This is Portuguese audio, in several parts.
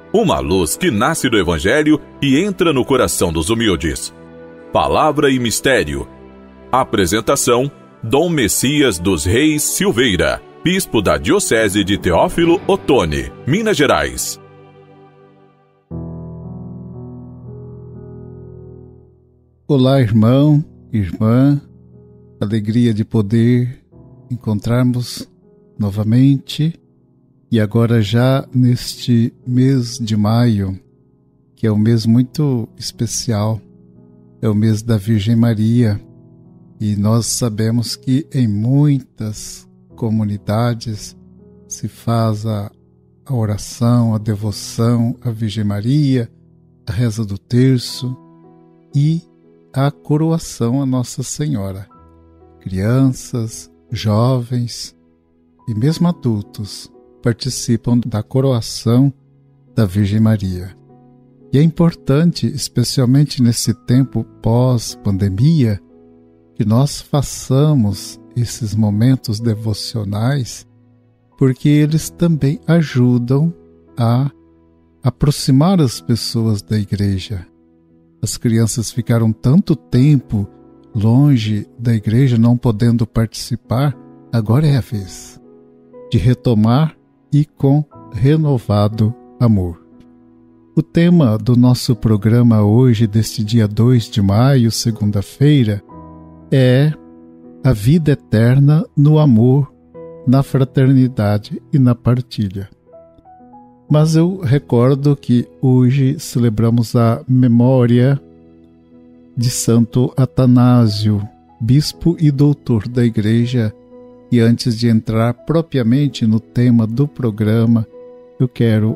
Uma luz que nasce do Evangelho e entra no coração dos humildes. Palavra e Mistério. Apresentação: Dom Messias dos Reis Silveira, Bispo da Diocese de Teófilo Otoni, Minas Gerais. Olá, irmão, irmã. Alegria de poder encontrarmos novamente. E agora já neste mês de maio, que é um mês muito especial, é o mês da Virgem Maria. E nós sabemos que em muitas comunidades se faz a oração, a devoção à Virgem Maria, a reza do terço e a coroação à Nossa Senhora. Crianças, jovens e mesmo adultos participam da coroação da Virgem Maria. E é importante, especialmente nesse tempo pós-pandemia, que nós façamos esses momentos devocionais, porque eles também ajudam a aproximar as pessoas da igreja. As crianças ficaram tanto tempo longe da igreja, não podendo participar, agora é a vez de retomar e com renovado amor. O tema do nosso programa hoje, deste dia 2 de maio, segunda-feira, é a vida eterna no amor, na fraternidade e na partilha. Mas eu recordo que hoje celebramos a memória de Santo Atanásio, bispo e doutor da Igreja. E antes de entrar propriamente no tema do programa, eu quero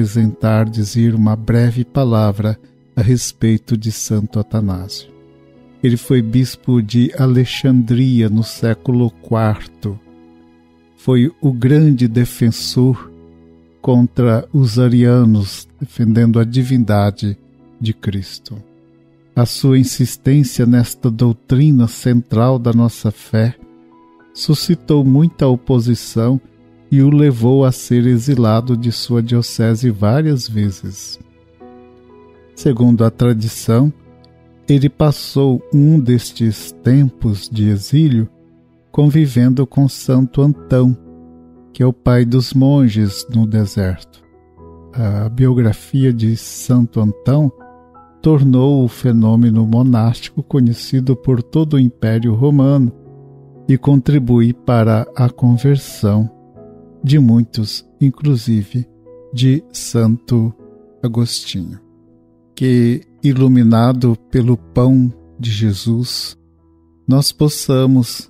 dizer uma breve palavra a respeito de Santo Atanásio. Ele foi bispo de Alexandria no século IV. Foi o grande defensor contra os arianos, defendendo a divindade de Cristo. A sua insistência nesta doutrina central da nossa fé suscitou muita oposição e o levou a ser exilado de sua diocese várias vezes. Segundo a tradição, ele passou um destes tempos de exílio convivendo com Santo Antão, que é o pai dos monges no deserto. A biografia de Santo Antão tornou o fenômeno monástico conhecido por todo o Império Romano e contribui para a conversão de muitos, inclusive de Santo Agostinho. Que, iluminado pelo pão de Jesus, nós possamos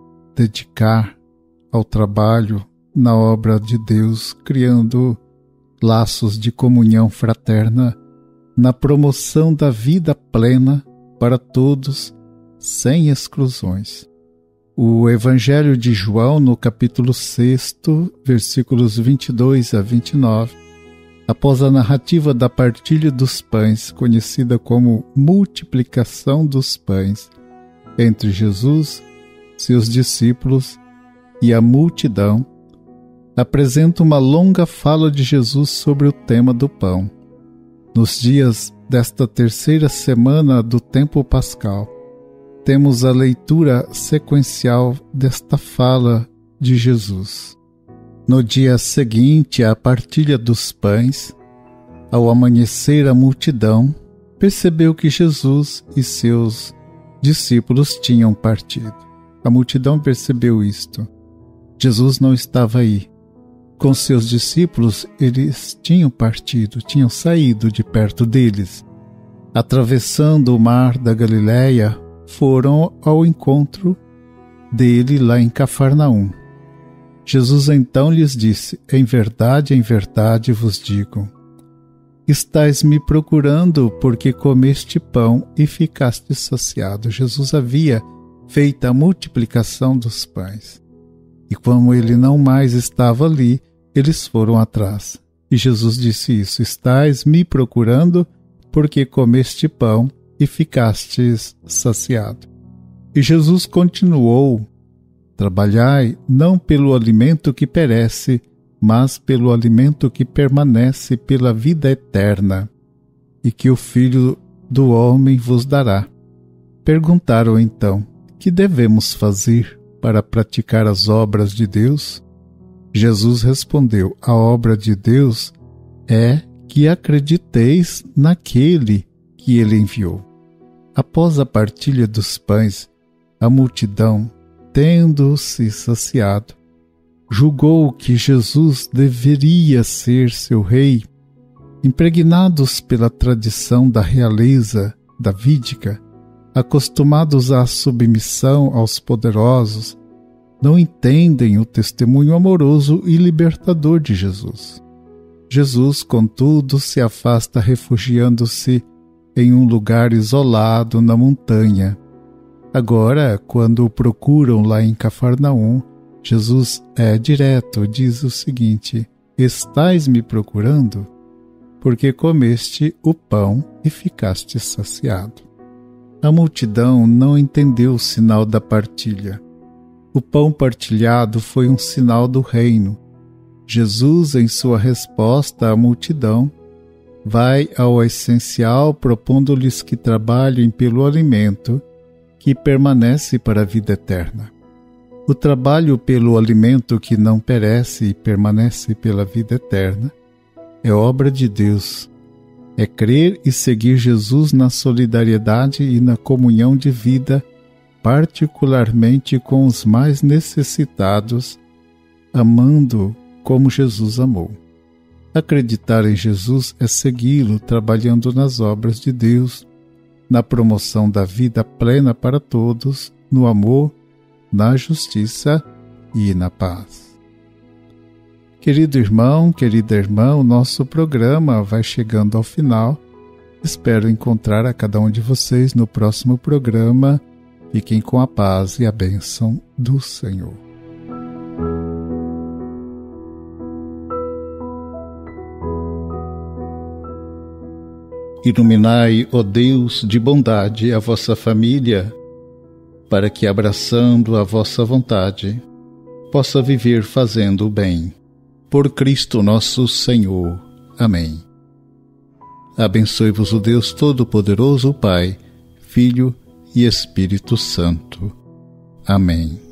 dedicar ao trabalho na obra de Deus, criando laços de comunhão fraterna na promoção da vida plena para todos, sem exclusões. O Evangelho de João, no capítulo 6, versículos 22 a 29, após a narrativa da partilha dos pães, conhecida como multiplicação dos pães, entre Jesus, seus discípulos e a multidão, apresenta uma longa fala de Jesus sobre o tema do pão. Nos dias desta terceira semana do tempo pascal, temos a leitura sequencial desta fala de Jesus. No dia seguinte à partilha dos pães, ao amanhecer a multidão percebeu que Jesus e seus discípulos tinham partido. A multidão percebeu isto. Jesus não estava aí. Com seus discípulos, eles tinham partido, tinham saído de perto deles. Atravessando o mar da Galileia, foram ao encontro dele lá em Cafarnaum. Jesus então lhes disse: em verdade vos digo, estais me procurando porque comeste pão e ficaste saciado. Jesus havia feito a multiplicação dos pães. E como ele não mais estava ali, eles foram atrás. E Jesus disse isso: estais me procurando porque comeste pão e ficastes saciado. E Jesus continuou: trabalhai não pelo alimento que perece, mas pelo alimento que permanece pela vida eterna, e que o Filho do Homem vos dará. Perguntaram então: que devemos fazer para praticar as obras de Deus? Jesus respondeu: a obra de Deus é que acrediteis naquele que ele enviou. Após a partilha dos pães, a multidão, tendo-se saciado, julgou que Jesus deveria ser seu rei. Impregnados pela tradição da realeza davídica, acostumados à submissão aos poderosos, não entendem o testemunho amoroso e libertador de Jesus. Jesus, contudo, se afasta refugiando-se em um lugar isolado na montanha. Agora, quando o procuram lá em Cafarnaum, Jesus é direto, diz o seguinte: estais me procurando, porque comeste o pão e ficaste saciado. A multidão não entendeu o sinal da partilha. O pão partilhado foi um sinal do reino. Jesus, em sua resposta à multidão, vai ao essencial, propondo-lhes que trabalhem pelo alimento que permanece para a vida eterna. O trabalho pelo alimento que não perece e permanece pela vida eterna é obra de Deus. É crer e seguir Jesus na solidariedade e na comunhão de vida, particularmente com os mais necessitados, amando como Jesus amou. Acreditar em Jesus é segui-lo trabalhando nas obras de Deus, na promoção da vida plena para todos, no amor, na justiça e na paz. Querido irmão, querida irmã, o nosso programa vai chegando ao final. Espero encontrar a cada um de vocês no próximo programa. Fiquem com a paz e a bênção do Senhor. Iluminai, ó Deus de bondade, a vossa família, para que, abraçando a vossa vontade, possa viver fazendo o bem. Por Cristo nosso Senhor. Amém. Abençoe-vos o Deus Todo-Poderoso, Pai, Filho e Espírito Santo. Amém.